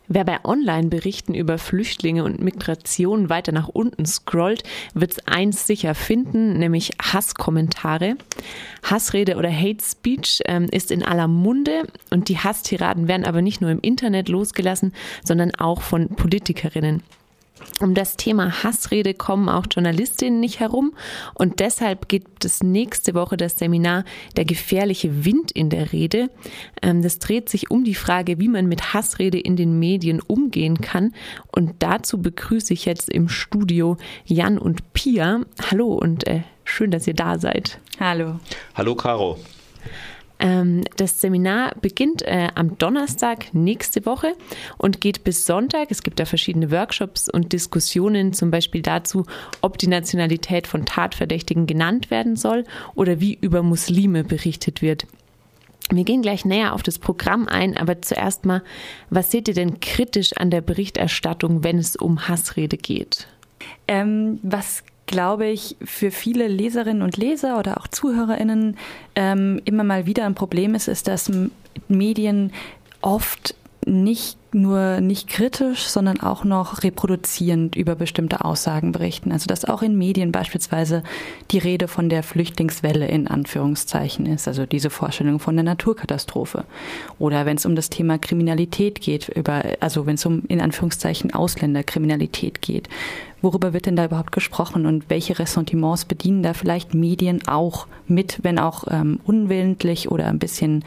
Wer bei Online-Berichten über Flüchtlinge und Migration weiter nach unten scrollt, wird es eins sicher finden, nämlich Hasskommentare. Hassrede oder Hate Speech ist in aller Munde und die Hasstiraden werden aber nicht nur im Internet losgelassen, sondern auch von Politikerinnen. Um das Thema Hassrede kommen auch Journalistinnen nicht herum und deshalb gibt es nächste Woche das Seminar Der gefährliche Wind in der Rede. Das dreht sich um die Frage, wie man mit Hassrede in den Medien umgehen kann und dazu begrüße ich jetzt im Studio Jan und Pia. Hallo und schön, dass ihr da seid. Hallo. Hallo Caro. Das Seminar beginnt am Donnerstag nächste Woche und geht bis Sonntag. Es gibt da verschiedene Workshops und Diskussionen, zum Beispiel dazu, ob die Nationalität von Tatverdächtigen genannt werden soll oder wie über Muslime berichtet wird. Wir gehen gleich näher auf das Programm ein, aber zuerst mal, was seht ihr denn kritisch an der Berichterstattung, wenn es um Hassrede geht? Was glaube ich, für viele Leserinnen und Leser oder auch ZuhörerInnen immer mal wieder ein Problem ist, dass Medien oft nicht nur nicht kritisch, sondern auch noch reproduzierend über bestimmte Aussagen berichten. Also dass auch in Medien beispielsweise die Rede von der Flüchtlingswelle in Anführungszeichen ist, also diese Vorstellung von der Naturkatastrophe. Oder wenn es um das Thema Kriminalität geht, also wenn es um in Anführungszeichen Ausländerkriminalität geht. Worüber wird denn da überhaupt gesprochen und welche Ressentiments bedienen da vielleicht Medien auch mit, wenn auch unwillentlich oder ein bisschen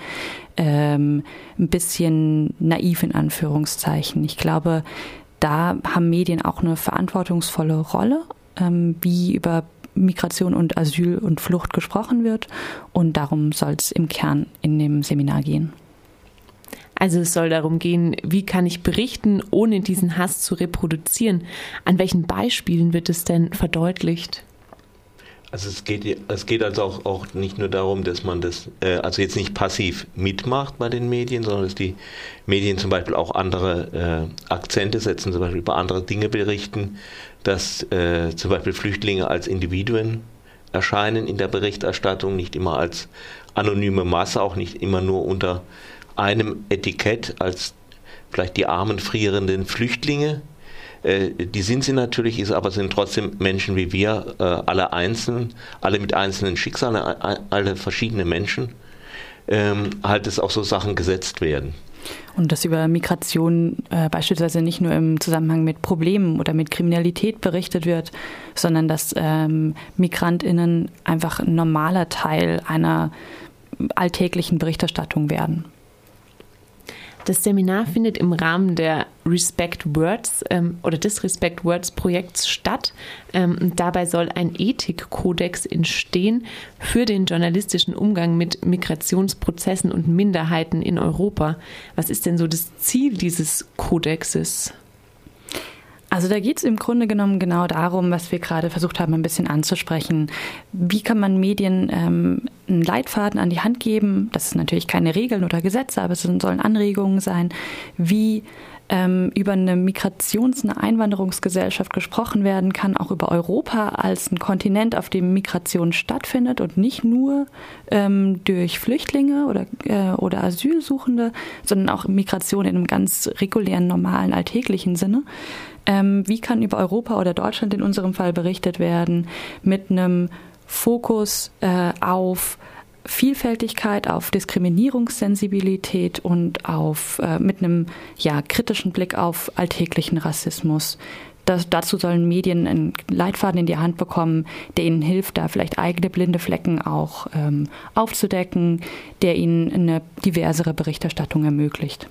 naiv in Anführungszeichen. Ich glaube, da haben Medien auch eine verantwortungsvolle Rolle, wie über Migration und Asyl und Flucht gesprochen wird. Und darum soll es im Kern in dem Seminar gehen. Also es soll darum gehen, wie kann ich berichten, ohne diesen Hass zu reproduzieren? An welchen Beispielen wird es denn verdeutlicht? Also es geht also auch nicht nur darum, dass man das also jetzt nicht passiv mitmacht bei den Medien, sondern dass die Medien zum Beispiel auch andere Akzente setzen, zum Beispiel über andere Dinge berichten, dass zum Beispiel Flüchtlinge als Individuen erscheinen in der Berichterstattung, nicht immer als anonyme Masse, auch nicht immer nur unter einem Etikett als vielleicht die armen, frierenden Flüchtlinge. Die sind sie natürlich, aber sind trotzdem Menschen wie wir, alle einzeln, alle mit einzelnen Schicksalen, alle verschiedene Menschen, halt dass auch so Sachen gesetzt werden. Und dass über Migration beispielsweise nicht nur im Zusammenhang mit Problemen oder mit Kriminalität berichtet wird, sondern dass MigrantInnen einfach ein normaler Teil einer alltäglichen Berichterstattung werden. Das Seminar findet im Rahmen der Respect Words oder des Respect Words Projekts statt. Dabei soll ein Ethikkodex entstehen für den journalistischen Umgang mit Migrationsprozessen und Minderheiten in Europa. Was ist denn so das Ziel dieses Kodexes? Also da geht es im Grunde genommen genau darum, was wir gerade versucht haben, ein bisschen anzusprechen. Wie kann man Medien einen Leitfaden an die Hand geben? Das sind natürlich keine Regeln oder Gesetze, aber es sollen Anregungen sein, wie über eine eine Einwanderungsgesellschaft gesprochen werden kann, auch über Europa als ein Kontinent, auf dem Migration stattfindet und nicht nur durch Flüchtlinge oder Asylsuchende, sondern auch Migration in einem ganz regulären, normalen, alltäglichen Sinne. Wie kann über Europa oder Deutschland in unserem Fall berichtet werden mit einem Fokus auf Vielfältigkeit, auf Diskriminierungssensibilität und mit einem kritischen Blick auf alltäglichen Rassismus. Dazu sollen Medien einen Leitfaden in die Hand bekommen, der ihnen hilft, da vielleicht eigene blinde Flecken auch aufzudecken, der ihnen eine diversere Berichterstattung ermöglicht.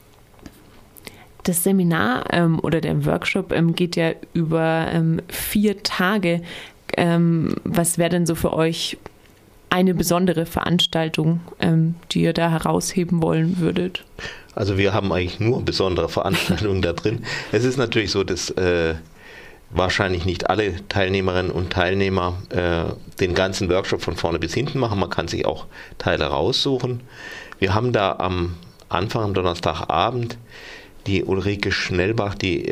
Das Seminar oder der Workshop geht ja über 4 Tage. Was wäre denn so für euch eine besondere Veranstaltung, die ihr da herausheben wollen würdet? Also wir haben eigentlich nur besondere Veranstaltungen da drin. Es ist natürlich so, dass wahrscheinlich nicht alle Teilnehmerinnen und Teilnehmer den ganzen Workshop von vorne bis hinten machen. Man kann sich auch Teile raussuchen. Wir haben da am Anfang, am Donnerstagabend, die Ulrike Schnellbach, die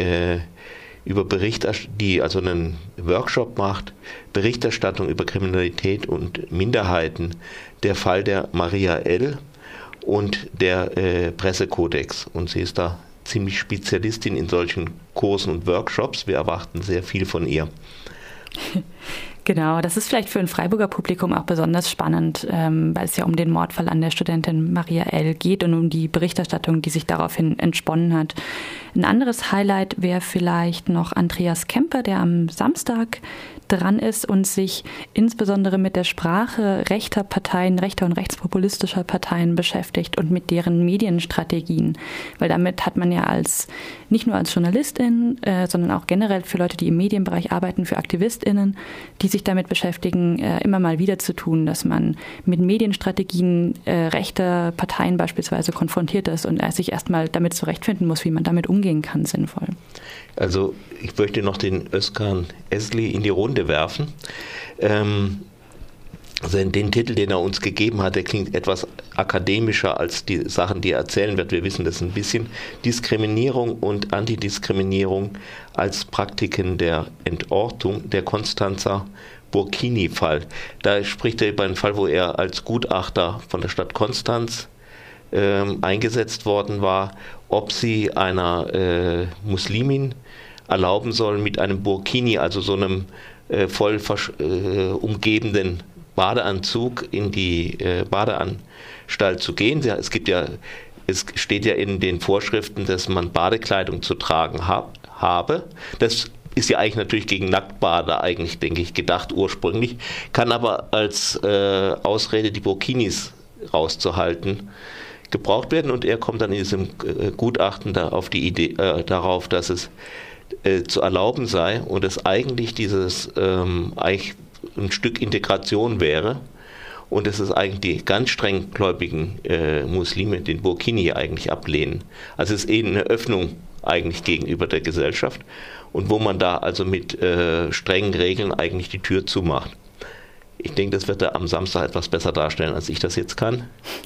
also einen Workshop macht, Berichterstattung über Kriminalität und Minderheiten, der Fall der Maria L. und der Pressekodex. Und sie ist da ziemlich Spezialistin in solchen Kursen und Workshops. Wir erwarten sehr viel von ihr. Genau, das ist vielleicht für ein Freiburger Publikum auch besonders spannend, weil es ja um den Mordfall an der Studentin Maria L. geht und um die Berichterstattung, die sich daraufhin entsponnen hat. Ein anderes Highlight wäre vielleicht noch Andreas Kemper, der am Samstag dran ist und sich insbesondere mit der Sprache rechter Parteien, rechter und rechtspopulistischer Parteien beschäftigt und mit deren Medienstrategien. Weil damit hat man ja nicht nur als Journalistin, sondern auch generell für Leute, die im Medienbereich arbeiten, für AktivistInnen, die sich damit beschäftigen, immer mal wieder zu tun, dass man mit Medienstrategien rechter Parteien beispielsweise konfrontiert ist und er sich erstmal damit zurechtfinden muss, wie man damit umgehen kann, sinnvoll. Also ich möchte noch den Özkan Esli in die Runde werfen. Also den Titel, den er uns gegeben hat, der klingt etwas akademischer als die Sachen, die er erzählen wird. Wir wissen, das ist ein bisschen Diskriminierung und Antidiskriminierung als Praktiken der Entortung, der Konstanzer Burkini-Fall. Da spricht er über einen Fall, wo er als Gutachter von der Stadt Konstanz eingesetzt worden war, ob sie einer Muslimin erlauben soll, mit einem Burkini, also so einem voll umgebenden Badeanzug in die Badeanstalt zu gehen. Es steht ja in den Vorschriften, dass man Badekleidung zu tragen habe. Das ist ja eigentlich natürlich gegen Nacktbader eigentlich, denke ich, gedacht ursprünglich, kann aber als Ausrede die Burkinis rauszuhalten gebraucht werden, und er kommt dann in diesem Gutachten auf die Idee, darauf, dass es zu erlauben sei und es eigentlich eigentlich ein Stück Integration wäre und dass es eigentlich die ganz strenggläubigen Muslime den Burkini eigentlich ablehnen. Also es ist eine Öffnung eigentlich gegenüber der Gesellschaft und wo man da also mit strengen Regeln eigentlich die Tür zumacht. Ich denke, das wird er am Samstag etwas besser darstellen, als ich das jetzt kann.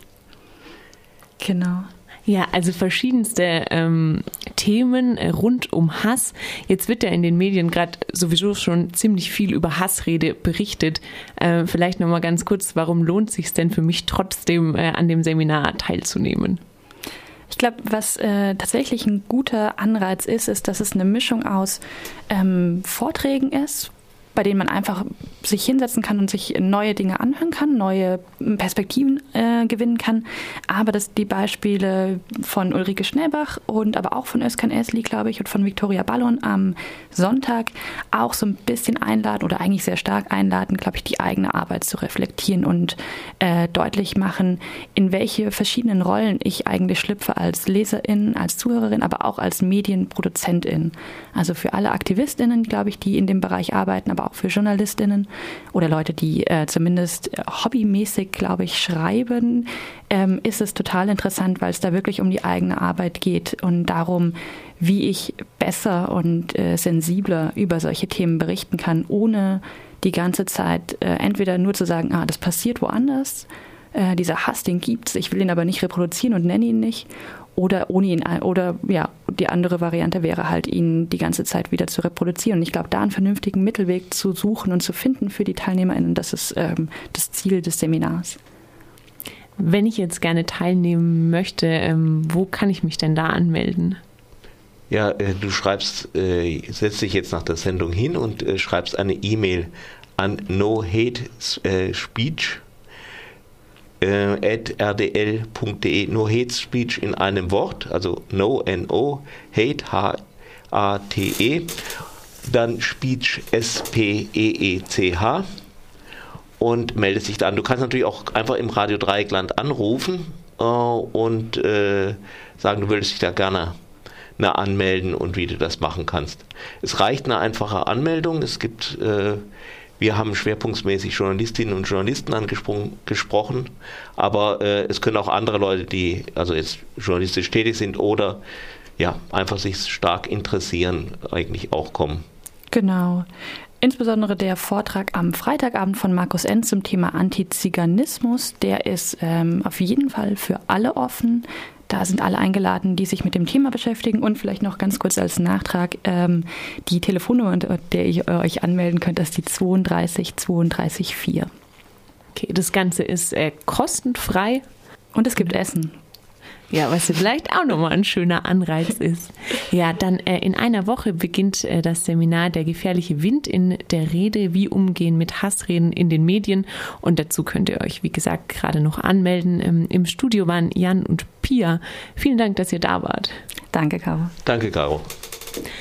Genau. Ja, also verschiedenste Themen rund um Hass. Jetzt wird ja in den Medien gerade sowieso schon ziemlich viel über Hassrede berichtet. Vielleicht nochmal ganz kurz, warum lohnt es sich denn für mich trotzdem an dem Seminar teilzunehmen? Ich glaube, was tatsächlich ein guter Anreiz ist, dass es eine Mischung aus Vorträgen ist, bei denen man einfach sich hinsetzen kann und sich neue Dinge anhören kann, neue Perspektiven gewinnen kann. Aber dass die Beispiele von Ulrike Schnellbach und aber auch von Özkan Esli, glaube ich, und von Viktoria Ballon am Sonntag auch so ein bisschen einladen oder eigentlich sehr stark einladen, glaube ich, die eigene Arbeit zu reflektieren und deutlich machen, in welche verschiedenen Rollen ich eigentlich schlüpfe als Leserin, als Zuhörerin, aber auch als Medienproduzentin. Also für alle AktivistInnen, glaube ich, die in dem Bereich arbeiten, aber auch für JournalistInnen oder Leute, die zumindest hobbymäßig, glaube ich, schreiben, ist es total interessant, weil es da wirklich um die eigene Arbeit geht und darum, wie ich besser und sensibler über solche Themen berichten kann, ohne die ganze Zeit entweder nur zu sagen, das passiert woanders, dieser Hass, den gibt's, ich will ihn aber nicht reproduzieren und nenne ihn nicht, oder ohne ihn, oder ja, die andere Variante wäre halt, ihn die ganze Zeit wieder zu reproduzieren. Und ich glaube, da einen vernünftigen Mittelweg zu suchen und zu finden für die TeilnehmerInnen, das ist das Ziel des Seminars. Wenn ich jetzt gerne teilnehmen möchte, wo kann ich mich denn da anmelden? Ja, du setzt dich jetzt nach der Sendung hin und schreibst eine E-Mail an nohatespeech @rdl.de, No Hate Speech in einem Wort, also No, Hate, H-A-T-E, dann Speech, S-P-E-E-C-H, und meldest dich da an. Du kannst natürlich auch einfach im Radio Dreieckland anrufen und sagen, du würdest dich da gerne anmelden und wie du das machen kannst. Es reicht eine einfache Anmeldung. Wir haben schwerpunktmäßig Journalistinnen und Journalisten angesprochen, aber es können auch andere Leute, die also jetzt journalistisch tätig sind oder ja einfach sich stark interessieren, eigentlich auch kommen. Genau. Insbesondere der Vortrag am Freitagabend von Markus Enz zum Thema Antiziganismus, der ist auf jeden Fall für alle offen. Da sind alle eingeladen, die sich mit dem Thema beschäftigen, und vielleicht noch ganz kurz als Nachtrag, die Telefonnummer, unter der ihr euch anmelden könnt, ist die 32 32 4. Okay, das Ganze ist kostenfrei. Und es gibt Essen. Ja, was vielleicht auch nochmal ein schöner Anreiz ist. Ja, dann in einer Woche beginnt das Seminar Der gefährliche Wind in der Rede, wie umgehen mit Hassreden in den Medien. Und dazu könnt ihr euch, wie gesagt, gerade noch anmelden. Im Studio waren Jan und Pia. Vielen Dank, dass ihr da wart. Danke, Caro. Danke, Caro.